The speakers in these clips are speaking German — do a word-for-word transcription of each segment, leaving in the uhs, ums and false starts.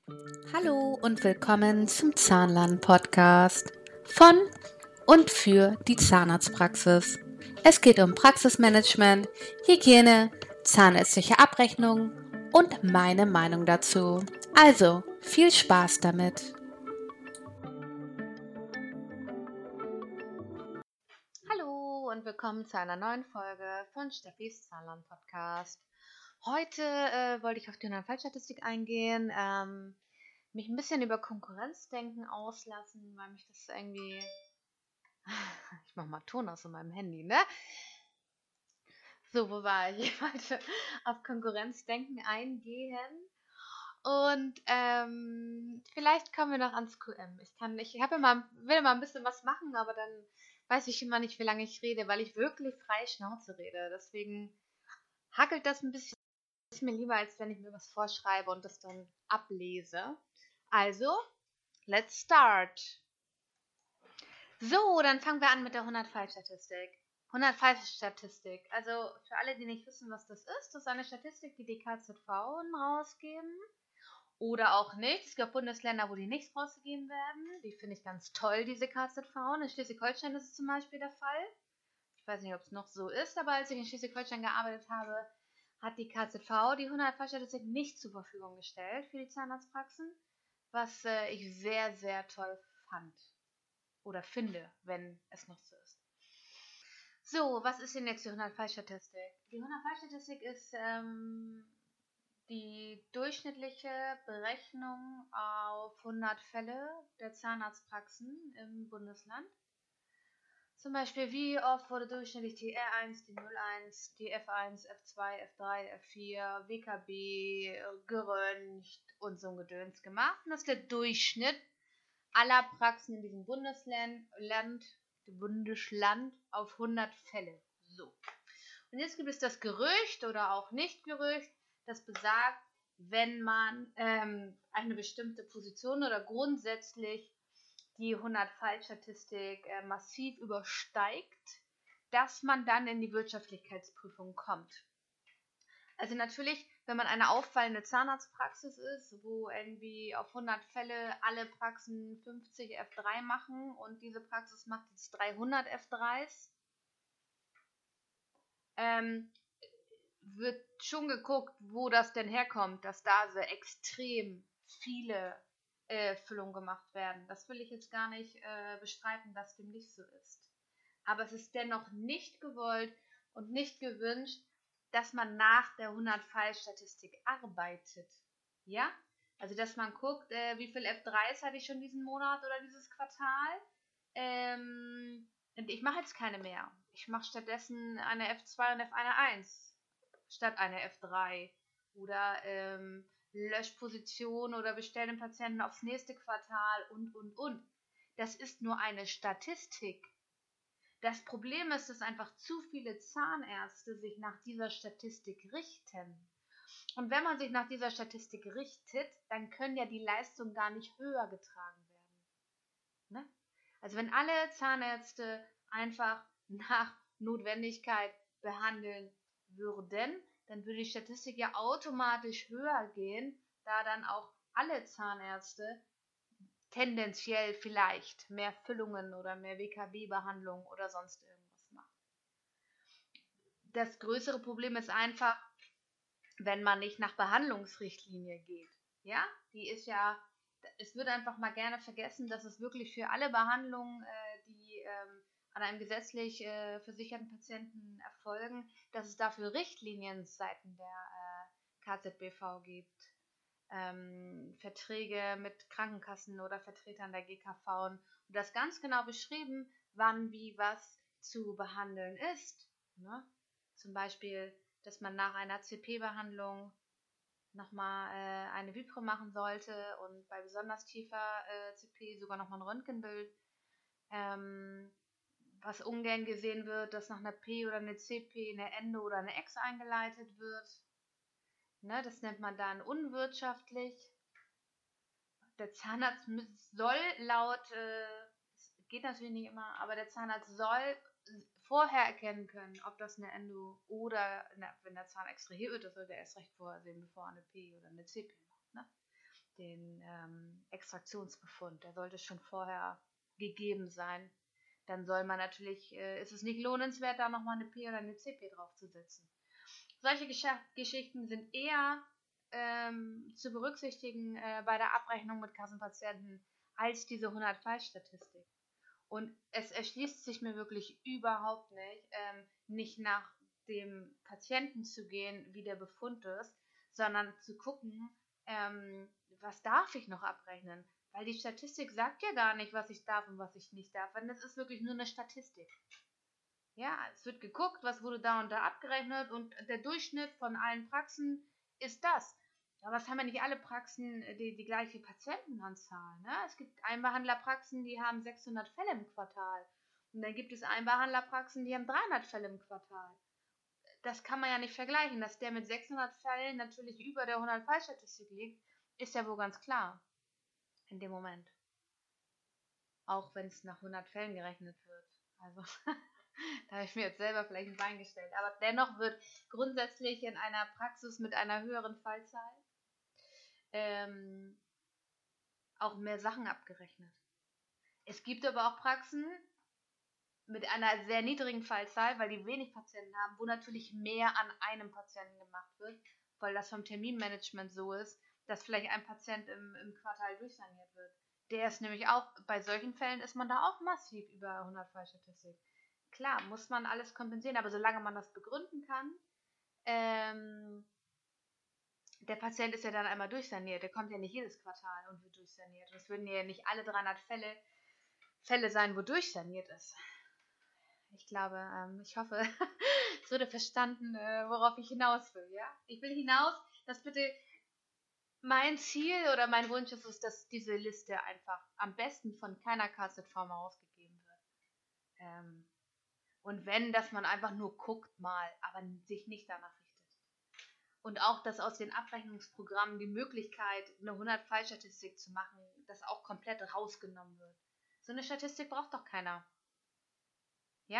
Hallo und willkommen zum Zahnlern-Podcast von und für die Zahnarztpraxis. Es geht um Praxismanagement, Hygiene, zahnärztliche Abrechnung und meine Meinung dazu. Also, viel Spaß damit! Hallo und willkommen zu einer neuen Folge von Steffis Zahnlern-Podcast. Heute äh, wollte ich auf die Unfallstatistik eingehen, ähm, mich ein bisschen über Konkurrenzdenken auslassen, weil mich das irgendwie... Ich mache mal Ton aus in meinem Handy, ne? So, wo war ich? Ich wollte auf Konkurrenzdenken eingehen und ähm, vielleicht kommen wir noch ans Q M. Ich kann, ich habe immer, will immer ein bisschen was machen, aber dann weiß ich immer nicht, wie lange ich rede, weil ich wirklich frei Schnauze rede. Deswegen hackelt das ein bisschen. Ist mir lieber, als wenn ich mir was vorschreibe und das dann ablese. Also, let's start. So, dann fangen wir an mit der hundert-Fall-Statistik. hundert-Fall-Statistik. Also für alle, die nicht wissen, was das ist, das ist eine Statistik, die die K Z V rausgeben. Oder auch nicht. Es gibt Bundesländer, wo die nicht rausgegeben werden. Die finde ich ganz toll, diese K Z V. In Schleswig-Holstein ist es zum Beispiel der Fall. Ich weiß nicht, ob es noch so ist, aber als ich in Schleswig-Holstein gearbeitet habe, hat die K Z V die hundert-Fall-Statistik nicht zur Verfügung gestellt für die Zahnarztpraxen, was äh, ich sehr, sehr toll fand. Oder finde, wenn es noch so ist. So, was ist denn jetzt die hundert-Fall-Statistik? Die hundert-Fall-Statistik ist ähm, die durchschnittliche Berechnung auf hundert Fälle der Zahnarztpraxen im Bundesland. Zum Beispiel, wie oft wurde durchschnittlich die R eins, die null eins, die F eins, F zwei, F drei, F vier, W K B geröntgt und so ein Gedöns gemacht. Und das ist der Durchschnitt aller Praxen in diesem Bundesland, Land, Bundesland auf hundert Fälle. So. Und jetzt gibt es das Gerücht oder auch Nicht-Gerücht, das besagt, wenn man ähm, eine bestimmte Position oder grundsätzlich die hundert-Fall-Statistik äh, massiv übersteigt, dass man dann in die Wirtschaftlichkeitsprüfung kommt. Also natürlich, wenn man eine auffallende Zahnarztpraxis ist, wo irgendwie auf hundert Fälle alle Praxen fünfzig F drei machen und diese Praxis macht jetzt dreihundert F dreis, ähm, wird schon geguckt, wo das denn herkommt, dass da so extrem viele äh, Füllungen gemacht werden. Das will ich jetzt gar nicht äh, bestreiten, dass dem nicht so ist. Aber es ist dennoch nicht gewollt und nicht gewünscht, dass man nach der hundert-Fall-Statistik arbeitet. Ja? Also, dass man guckt, äh, wie viel F dreis hatte ich schon diesen Monat oder dieses Quartal. Ähm, und ich mache jetzt keine mehr. Ich mache stattdessen eine F zwei und F eins statt eine F drei. Oder ähm, Löschposition oder bestellen den Patienten aufs nächste Quartal und, und, und. Das ist nur eine Statistik. Das Problem ist, dass einfach zu viele Zahnärzte sich nach dieser Statistik richten. Und wenn man sich nach dieser Statistik richtet, dann können ja die Leistungen gar nicht höher getragen werden. Ne? Also wenn alle Zahnärzte einfach nach Notwendigkeit behandeln würden, dann würde die Statistik ja automatisch höher gehen, da dann auch alle Zahnärzte tendenziell vielleicht mehr Füllungen oder mehr W K B-Behandlung oder sonst irgendwas machen. Das größere Problem ist einfach, wenn man nicht nach Behandlungsrichtlinie geht. Ja, die ist ja, es wird einfach mal gerne vergessen, dass es wirklich für alle Behandlungen, äh, die ähm, an einem gesetzlich äh, versicherten Patienten erfolgen, dass es dafür Richtlinien seitens der äh, K Z B V gibt. Ähm, Verträge mit Krankenkassen oder Vertretern der G K V und das ganz genau beschrieben, wann wie was zu behandeln ist. Ne? Zum Beispiel, dass man nach einer C P-Behandlung nochmal äh, eine Vipre machen sollte und bei besonders tiefer äh, C P sogar nochmal ein Röntgenbild. Ähm, was ungern gesehen wird, dass nach einer P oder einer C P eine Endo oder eine Ex eingeleitet wird. Ne, das nennt man dann unwirtschaftlich. Der Zahnarzt soll laut, äh, das geht natürlich nicht immer, aber der Zahnarzt soll vorher erkennen können, ob das eine Endo oder, na, wenn der Zahn extrahiert wird, das sollte er erst recht vorher sehen, bevor er eine P oder eine C P macht. Ne? den ähm, Extraktionsbefund. Der sollte schon vorher gegeben sein. Dann soll man natürlich, äh, ist es nicht lohnenswert, da nochmal eine P oder eine C P draufzusetzen. Solche Gesch Geschichten sind eher ähm, zu berücksichtigen äh, bei der Abrechnung mit Kassenpatienten als diese hundert-Fall-Statistik. Und es erschließt sich mir wirklich überhaupt nicht, ähm, nicht nach dem Patienten zu gehen, wie der Befund ist, sondern zu gucken, ähm, was darf ich noch abrechnen? Weil die Statistik sagt ja gar nicht, was ich darf und was ich nicht darf. Und das ist wirklich nur eine Statistik. Ja, es wird geguckt, was wurde da und da abgerechnet und der Durchschnitt von allen Praxen ist das. Aber es haben ja nicht alle Praxen die, die gleiche Patientenanzahl. Ne? Es gibt Einbehandlerpraxen, die haben sechshundert Fälle im Quartal. Und dann gibt es Einbehandlerpraxen, die haben dreihundert Fälle im Quartal. Das kann man ja nicht vergleichen. Dass der mit sechshundert Fällen natürlich über der hundert-Fall-Statistik liegt, ist ja wohl ganz klar. In dem Moment. Auch wenn es nach hundert Fällen gerechnet wird. Also... Da habe ich mir jetzt selber vielleicht ein Bein gestellt. Aber dennoch wird grundsätzlich in einer Praxis mit einer höheren Fallzahl ähm, auch mehr Sachen abgerechnet. Es gibt aber auch Praxen mit einer sehr niedrigen Fallzahl, weil die wenig Patienten haben, wo natürlich mehr an einem Patienten gemacht wird, weil das vom Terminmanagement so ist, dass vielleicht ein Patient im, im Quartal durchsaniert wird. Der ist nämlich auch, bei solchen Fällen ist man da auch massiv über hundert Fallstatistik. Klar, muss man alles kompensieren, aber solange man das begründen kann, ähm, der Patient ist ja dann einmal durchsaniert, der kommt ja nicht jedes Quartal und wird durchsaniert. Und es würden ja nicht alle dreihundert Fälle, Fälle sein, wo durchsaniert ist. Ich glaube, ähm, ich hoffe, es wurde verstanden, äh, worauf ich hinaus will, ja? Ich will hinaus, dass bitte mein Ziel oder mein Wunsch ist es, dass diese Liste einfach am besten von keiner K Z V mal ausgegeben wird. Ähm, Und wenn, dass man einfach nur guckt mal, aber sich nicht danach richtet. Und auch, dass aus den Abrechnungsprogrammen die Möglichkeit, eine hundert-Fall-Statistik zu machen, dass auch komplett rausgenommen wird. So eine Statistik braucht doch keiner. Ja?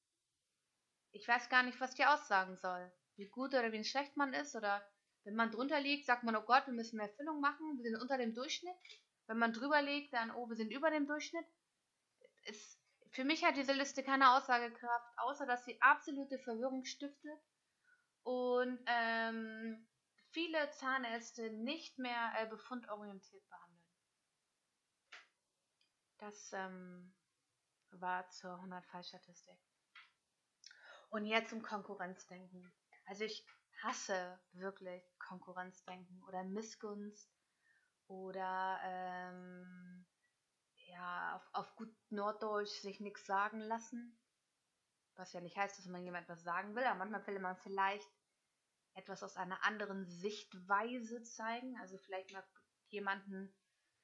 Ich weiß gar nicht, was die aussagen soll. Wie gut oder wie schlecht man ist. Oder wenn man drunter liegt, sagt man, oh Gott, wir müssen mehr Füllung machen. Wir sind unter dem Durchschnitt. Wenn man drüber liegt, dann, oh, wir sind über dem Durchschnitt. Es Für mich hat diese Liste keine Aussagekraft, außer dass sie absolute Verwirrung stiftet und ähm, viele Zahnärzte nicht mehr äh, befundorientiert behandeln. Das ähm, war zur hundert-Fall-Statistik. Und jetzt zum Konkurrenzdenken. Also ich hasse wirklich Konkurrenzdenken oder Missgunst oder ähm, ja, auf, auf gut Norddeutsch sich nichts sagen lassen. Was ja nicht heißt, dass man jemand etwas sagen will, aber manchmal will man vielleicht etwas aus einer anderen Sichtweise zeigen. Also vielleicht mal jemanden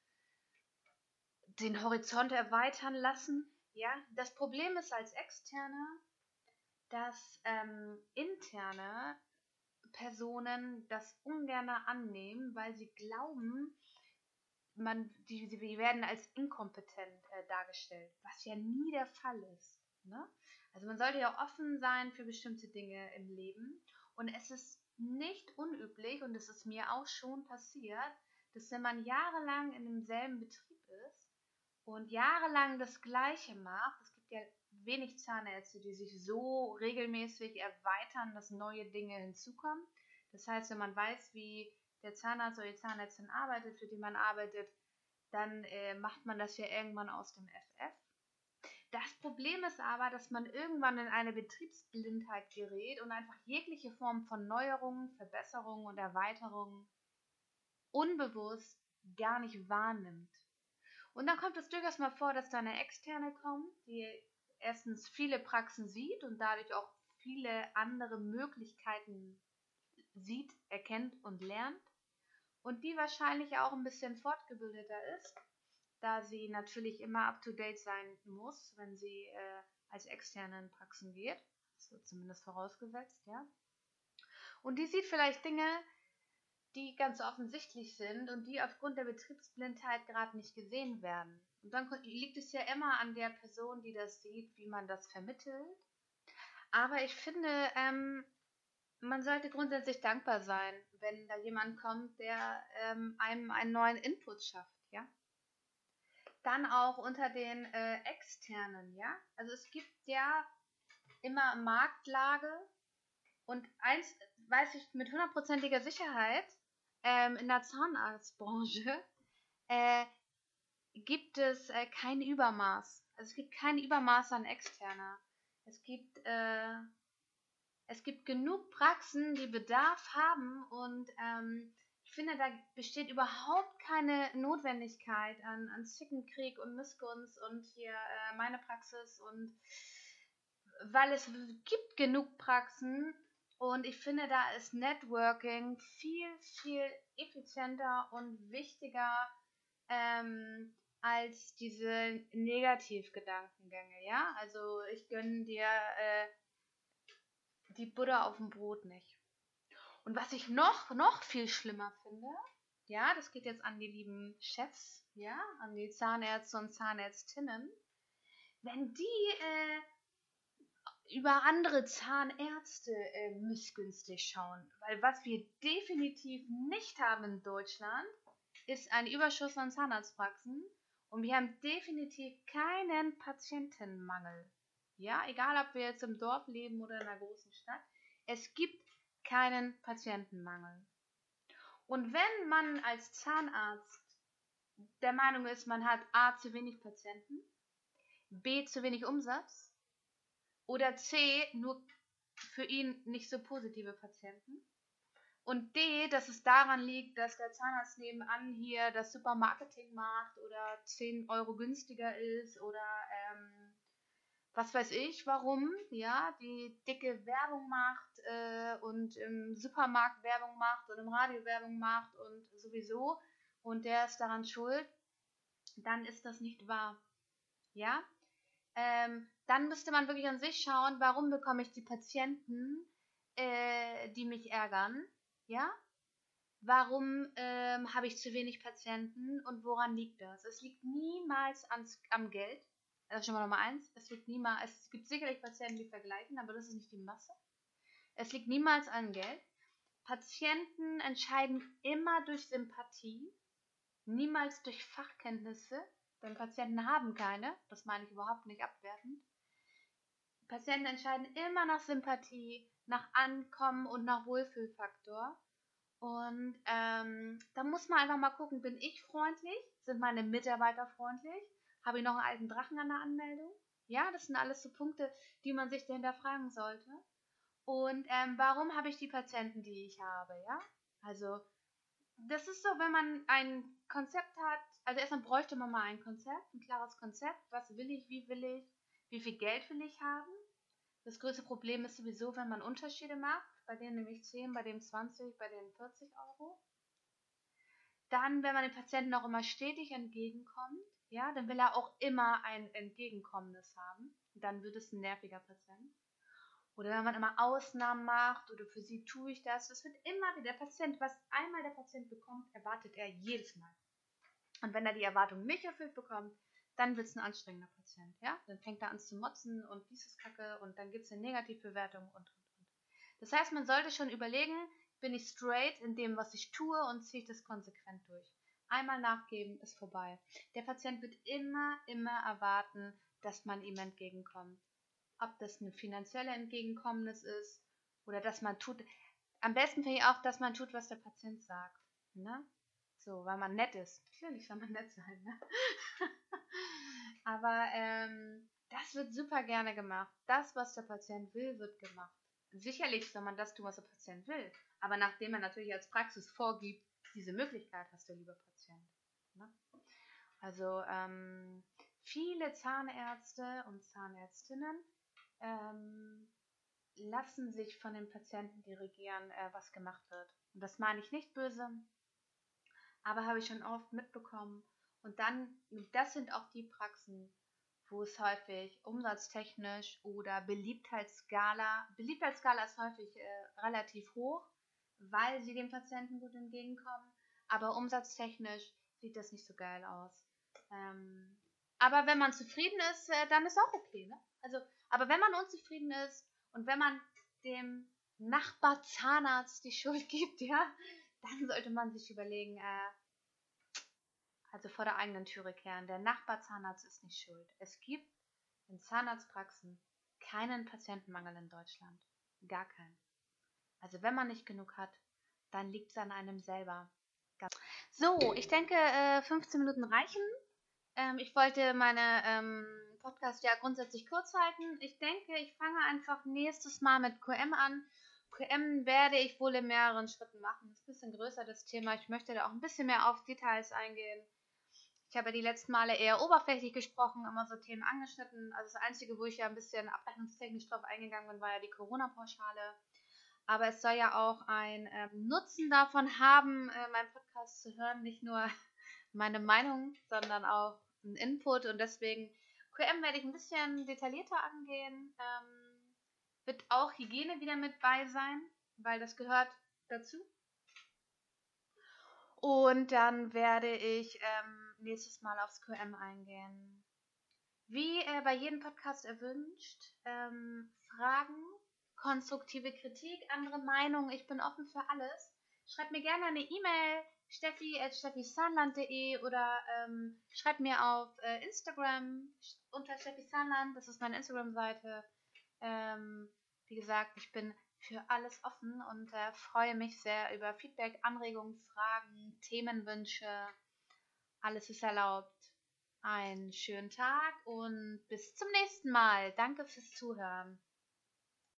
den Horizont erweitern lassen. Ja, das Problem ist als Externe, dass ähm, interne Personen das ungern annehmen, weil sie glauben, man, die, die werden als inkompetent äh, dargestellt, was ja nie der Fall ist. Ne? Also man sollte ja offen sein für bestimmte Dinge im Leben und es ist nicht unüblich und es ist mir auch schon passiert, dass wenn man jahrelang in demselben Betrieb ist und jahrelang das Gleiche macht, es gibt ja wenig Zahnärzte, die sich so regelmäßig erweitern, dass neue Dinge hinzukommen. Das heißt, wenn man weiß, wie der Zahnarzt oder die Zahnärztin arbeitet, für die man arbeitet, dann äh, macht man das ja irgendwann aus dem F F. Das Problem ist aber, dass man irgendwann in eine Betriebsblindheit gerät und einfach jegliche Form von Neuerungen, Verbesserungen und Erweiterungen unbewusst gar nicht wahrnimmt. Und dann kommt es durchaus mal vor, dass da eine Externe kommt, die erstens viele Praxen sieht und dadurch auch viele andere Möglichkeiten sieht, erkennt und lernt und die wahrscheinlich auch ein bisschen fortgebildeter ist, da sie natürlich immer up-to-date sein muss, wenn sie äh, als Externe in Praxen geht. Das wird zumindest vorausgesetzt, ja. Und die sieht vielleicht Dinge, die ganz offensichtlich sind und die aufgrund der Betriebsblindheit gerade nicht gesehen werden. Und dann liegt es ja immer an der Person, die das sieht, wie man das vermittelt. Aber ich finde, ähm, man sollte grundsätzlich dankbar sein, wenn da jemand kommt, der ähm, einem einen neuen Input schafft, ja. Dann auch unter den äh, externen, ja. Also es gibt ja immer Marktlage und eins weiß ich mit hundertprozentiger Sicherheit, ähm, in der Zahnarztbranche äh, gibt es äh, kein Übermaß. Also es gibt kein Übermaß an externer. Es gibt äh, Es gibt genug Praxen, die Bedarf haben und ähm, ich finde, da besteht überhaupt keine Notwendigkeit an, an Zickenkrieg und Missgunst und hier äh, meine Praxis und weil es gibt genug Praxen und ich finde, da ist Networking viel, viel effizienter und wichtiger ähm, als diese Negativgedankengänge, ja? Also ich gönne dir äh, die Butter auf dem Brot nicht. Und was ich noch, noch viel schlimmer finde, ja, das geht jetzt an die lieben Chefs, ja, an die Zahnärzte und Zahnärztinnen, wenn die äh, über andere Zahnärzte äh, missgünstig schauen. Weil was wir definitiv nicht haben in Deutschland, ist ein Überschuss an Zahnarztpraxen und wir haben definitiv keinen Patientenmangel. Ja, egal ob wir jetzt im Dorf leben oder in einer großen Stadt, es gibt keinen Patientenmangel. Und wenn man als Zahnarzt der Meinung ist, man hat A, zu wenig Patienten, B, zu wenig Umsatz oder C, nur für ihn nicht so positive Patienten und D, dass es daran liegt, dass der Zahnarzt nebenan hier das Supermarketing macht oder zehn Euro günstiger ist oder ähm, was weiß ich, warum, ja, die dicke Werbung macht äh, und im Supermarkt Werbung macht und im Radio Werbung macht und sowieso und der ist daran schuld, dann ist das nicht wahr, ja. Ähm, dann müsste man wirklich an sich schauen, warum bekomme ich die Patienten, äh, die mich ärgern, ja. Warum ähm, habe ich zu wenig Patienten und woran liegt das? Es liegt niemals ans, am Geld. Das ist schon mal Nummer eins. Es liegt niemals, es gibt sicherlich Patienten, die vergleichen, aber das ist nicht die Masse. Es liegt niemals an Geld. Patienten entscheiden immer durch Sympathie, niemals durch Fachkenntnisse, denn Patienten haben keine. Das meine ich überhaupt nicht abwertend. Patienten entscheiden immer nach Sympathie, nach Ankommen und nach Wohlfühlfaktor. Und ähm, da muss man einfach mal gucken, bin ich freundlich? Sind meine Mitarbeiter freundlich? Habe ich noch einen alten Drachen an der Anmeldung? Ja, das sind alles so Punkte, die man sich dahinter fragen sollte. Und ähm, warum habe ich die Patienten, die ich habe? Ja, also das ist so, wenn man ein Konzept hat, also erstmal bräuchte man mal ein Konzept, ein klares Konzept. Was will ich, wie will ich, wie viel Geld will ich haben? Das größte Problem ist sowieso, wenn man Unterschiede macht, bei denen nämlich zehn, bei dem zwanzig, bei dem vierzig Euro. Dann, wenn man dem Patienten auch immer stetig entgegenkommt, ja, dann will er auch immer ein Entgegenkommendes haben. Dann wird es ein nerviger Patient. Oder wenn man immer Ausnahmen macht oder für sie tue ich das, das wird immer wieder der Patient, was einmal der Patient bekommt, erwartet er jedes Mal. Und wenn er die Erwartung nicht erfüllt bekommt, dann wird es ein anstrengender Patient, ja? Dann fängt er an zu motzen und dieses Kacke und dann gibt es eine Negativbewertung und, und, und. Das heißt, man sollte schon überlegen, bin ich straight in dem, was ich tue und ziehe ich das konsequent durch. Einmal nachgeben, ist vorbei. Der Patient wird immer, immer erwarten, dass man ihm entgegenkommt. Ob das ein finanzielles Entgegenkommnis ist oder dass man tut, am besten finde ich auch, dass man tut, was der Patient sagt, ne? So, weil man nett ist. Natürlich soll man nett sein, ne? Aber ähm, das wird super gerne gemacht. Das, was der Patient will, wird gemacht. Sicherlich soll man das tun, was der Patient will. Aber nachdem man natürlich als Praxis vorgibt, diese Möglichkeit hast du, lieber Patient. Ne? Also ähm, viele Zahnärzte und Zahnärztinnen ähm, lassen sich von den Patienten dirigieren, äh, was gemacht wird. Und das meine ich nicht böse, aber habe ich schon oft mitbekommen. Und dann, das sind auch die Praxen, wo es häufig umsatztechnisch oder Beliebtheitsskala, Beliebtheitsskala ist häufig äh, relativ hoch, weil sie dem Patienten gut entgegenkommen, aber umsatztechnisch sieht das nicht so geil aus. Ähm, aber wenn man zufrieden ist, äh, dann ist auch okay, ne? Also, aber wenn man unzufrieden ist und wenn man dem Nachbarzahnarzt die Schuld gibt, ja, dann sollte man sich überlegen, äh, also vor der eigenen Türe kehren. Der Nachbarzahnarzt ist nicht schuld. Es gibt in Zahnarztpraxen keinen Patientenmangel in Deutschland. Gar keinen. Also wenn man nicht genug hat, dann liegt es an einem selber. So, ich denke, äh, fünfzehn Minuten reichen. Ähm, ich wollte meine ähm, Podcast ja grundsätzlich kurz halten. Ich denke, ich fange einfach nächstes Mal mit Q M an. Q M werde ich wohl in mehreren Schritten machen. Das ist ein bisschen größer, das Thema. Ich möchte da auch ein bisschen mehr auf Details eingehen. Ich habe ja die letzten Male eher oberflächlich gesprochen, immer so Themen angeschnitten. Also das Einzige, wo ich ja ein bisschen abrechnungstechnisch drauf eingegangen bin, war ja die Corona-Pauschale. Aber es soll ja auch einen ähm, Nutzen davon haben, äh, meinen Podcast zu hören. Nicht nur meine Meinung, sondern auch einen Input. Und deswegen, Q M werde ich ein bisschen detaillierter angehen. Ähm, wird auch Hygiene wieder mit bei sein, weil das gehört dazu. Und dann werde ich ähm, nächstes Mal aufs Q M eingehen. Wie äh, bei jedem Podcast erwünscht, ähm, Fragen, konstruktive Kritik, andere Meinungen, ich bin offen für alles. Schreibt mir gerne eine E-Mail, steffi at steffisahnland punkt de oder ähm, schreibt mir auf äh, Instagram unter steffisahnland, das ist meine Instagram-Seite. Ähm, wie gesagt, ich bin für alles offen und äh, freue mich sehr über Feedback, Anregungen, Fragen, Themenwünsche. Alles ist erlaubt. Einen schönen Tag und bis zum nächsten Mal. Danke fürs Zuhören.